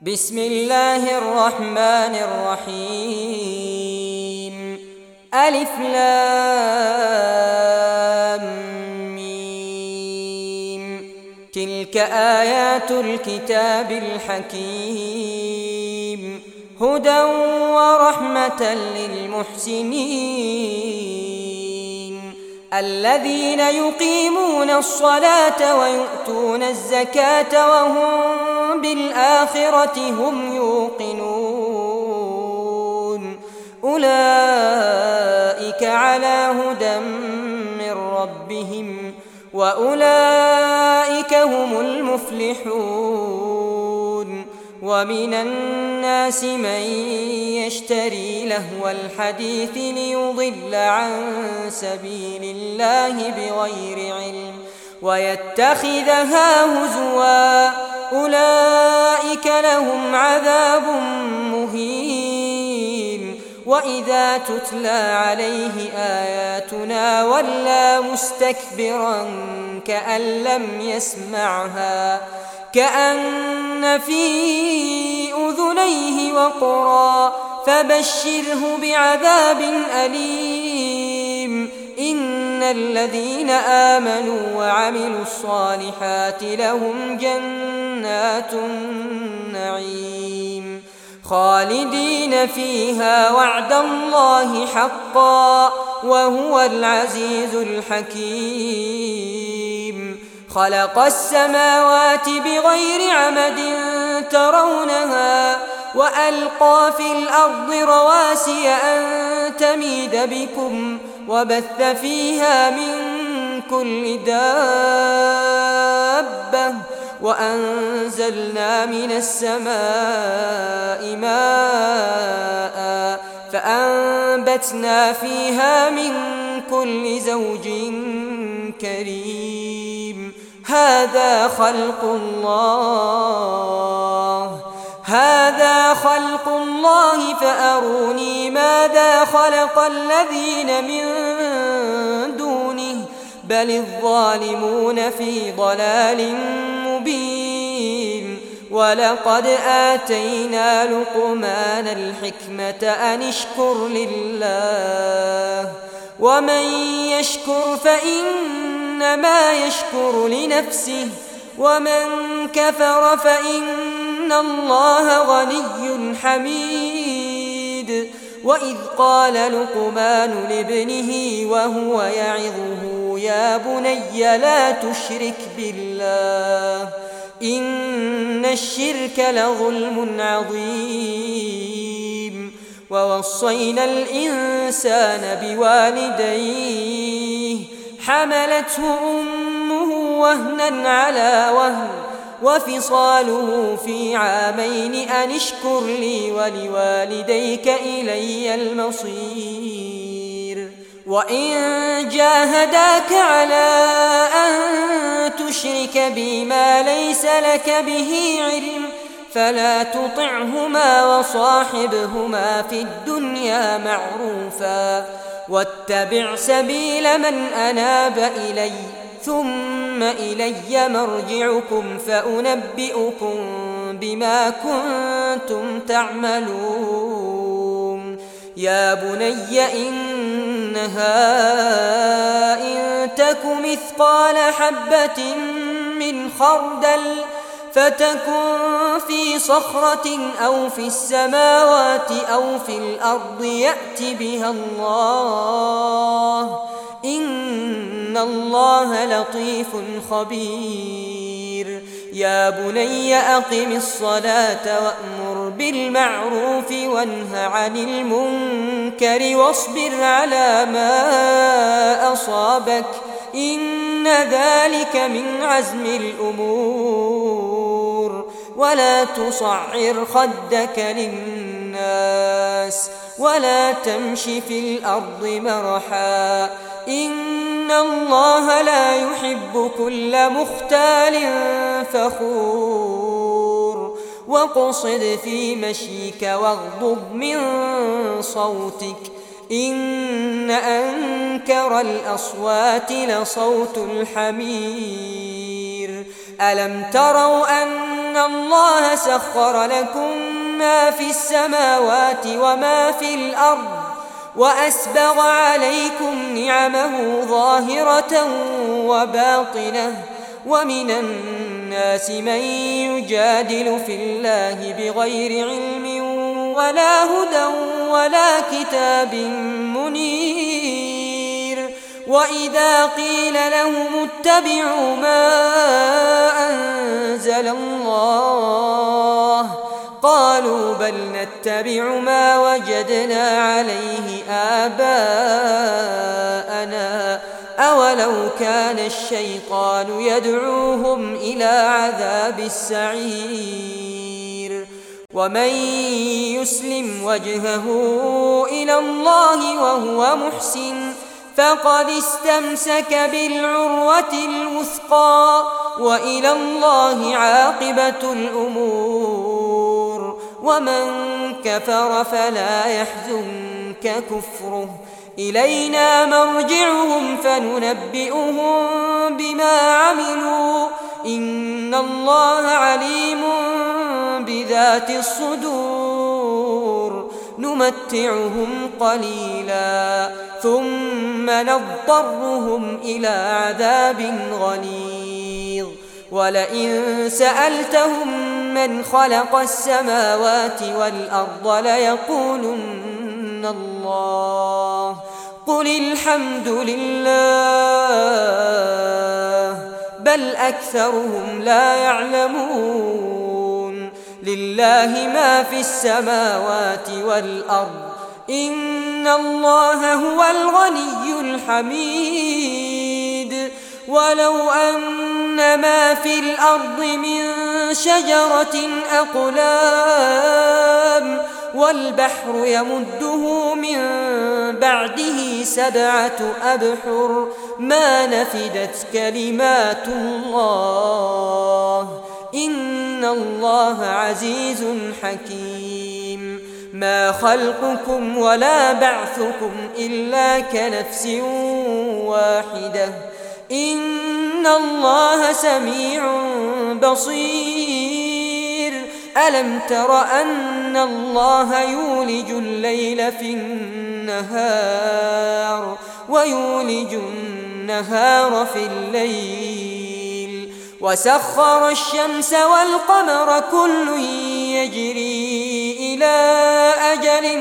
بسم الله الرحمن الرحيم. ألف لام ميم. تلك آيات الكتاب الحكيم، هدى ورحمة للمحسنين الذين يقيمون الصلاة ويؤتون الزكاة وهم بالآخرة هم يوقنون. أولئك على هدى من ربهم وأولئك هم المفلحون. ومن الناس من يشتري لهو الحديث ليضل عن سبيل الله بغير علم ويتخذها هزوا، أولئك لهم عذاب مهين. وإذا تتلى عليه آياتنا ولى مستكبرا كأن لم يسمعها، كأن في أذنيه وقرا، فبشره بعذاب أليم. إن الذين آمنوا وعملوا الصالحات لهم جنات النعيم خالدين فيها وعد الله حقا وهو العزيز الحكيم. خلق السماوات بغير عمد ترونها وألقى في الأرض رواسي أن تميد بكم وبث فيها من كل دابة وأنزلنا من السماء ماء فأنبتنا فيها من كل زوج كريم. هذا خلق الله فأروني ماذا خلق الذين من دونه بل الظالمون في ضلال مبين. ولقد آتينا لقمان الحكمة أن اشكر لله ومن يشكر فإنما يشكر لنفسه ومن كفر فإن الله غني حميد. وإذ قال لقمان لابنه وهو يعظه يا بني لا تشرك بالله إن الشرك لظلم عظيم. ووصينا الإنسان بوالديه حملته أمه وهنا على وهن وفصاله في عامين أن اشكر لي ولوالديك إلي المصير. وإن جاهداك على أن تشرك بي ما ليس لك به علم فلا تطعهما وصاحبهما في الدنيا معروفا واتبع سبيل من أناب إلي ثم إلي مرجعكم فأنبئكم بما كنتم تعملون. يا بني إنها إن تك مثقال حبة من خردل فتكن في صخرة أو في السماوات أو في الأرض يأت بها الله إن الله لطيف خبير. يا بني أقم الصلاة وأمر بالمعروف وانه عن المنكر واصبر على ما أصابك إن ذلك من عزم الأمور. ولا تصعر خدك للناس ولا تمش في الأرض مرحا إن الله لا يحب كل مختال فخور. واقصد في مشيك واغضض من صوتك إن أنكر الأصوات لصوت الحمير. ألم تروا أن أن الله سخر لكم ما في السماوات وما في الأرض وأسبغ عليكم نعمه ظاهرة وباطنة ومن الناس من يجادل في الله بغير علم ولا هدى ولا كتاب منير وإذا قيل لهم اتبعوا ما أنزل الله قالوا بل نتبع ما وجدنا عليه آباءنا أولو كان الشيطان يدعوهم إلى عذاب السعير ومن يسلم وجهه إلى الله وهو محسن فقد استمسك بالعروة الوثقى وإلى الله عاقبة الأمور ومن كفر فلا يحزنك كفره إلينا مرجعهم فننبئهم بما عملوا إن الله عليم بذات الصدور نمتعهم قليلا ثم نضطرهم إلى عذاب غليظ ولئن سألتهم من خلق السماوات والأرض ليقولن الله قل الحمد لله بل أكثرهم لا يعلمون لله ما في السماوات والأرض إن الله هو الغني الحميد ولو أن ما في الأرض من شجرة أقلام والبحر يمده من بعده 7 أبحر ما نفدت كلمات الله إن الله عزيز حكيم ما خلقكم ولا بعثكم إلا كنفس واحدة إن الله سميع بصير ألم تر أن الله يولج الليل في النهار ويولج النهار في الليل وسخر الشمس والقمر كل يجري إلى أجل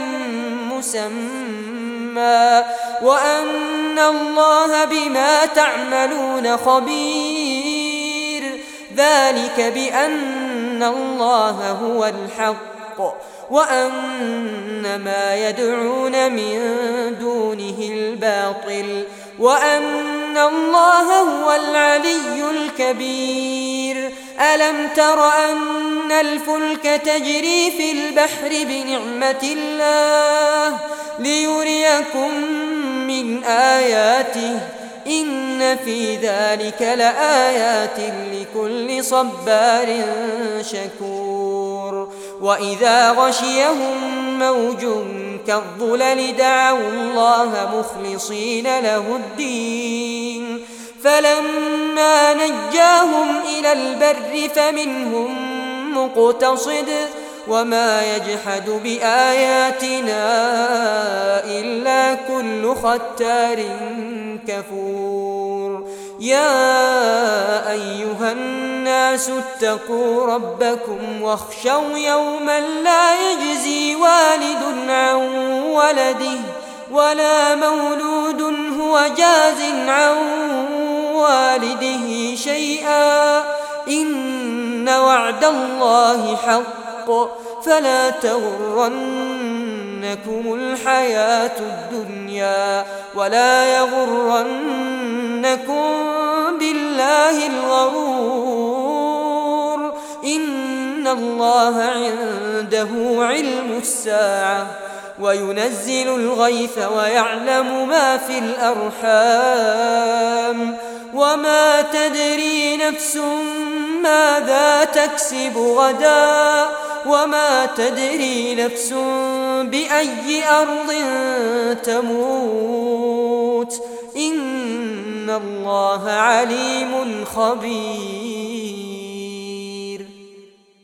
مسمى وأن الله بما تعملون خبير ذلك بأن الله هو الحق وأن ما يدعون من دونه الباطل وأن الله هو العلي الكبير ألم تر أن الفلك تجري في البحر بنعمة الله ليريكم من آياته إن في ذلك لآيات لكل صبار شكور وإذا غشيهم موج كالظلل دعوا الله مخلصين له الدين فلما نجاهم إلى البر فمنهم مقتصد وما يجحد بآياتنا إلا كل ختار كفور يا أيها الناس اتقوا ربكم واخشوا يوما لا يجزي والد عن ولده ولا مولود هو جاز عن والده شيئا إن وعد الله حق فلا تغرنكم الحياة الدنيا ولا يغرنكم بالله الغرور إن الله عنده علم الساعة وينزل الغيث ويعلم ما في الأرحام وما تدري نفس ماذا تكسب غدا وما تدري نفس بأي أرض تموت إن الله عليم خبير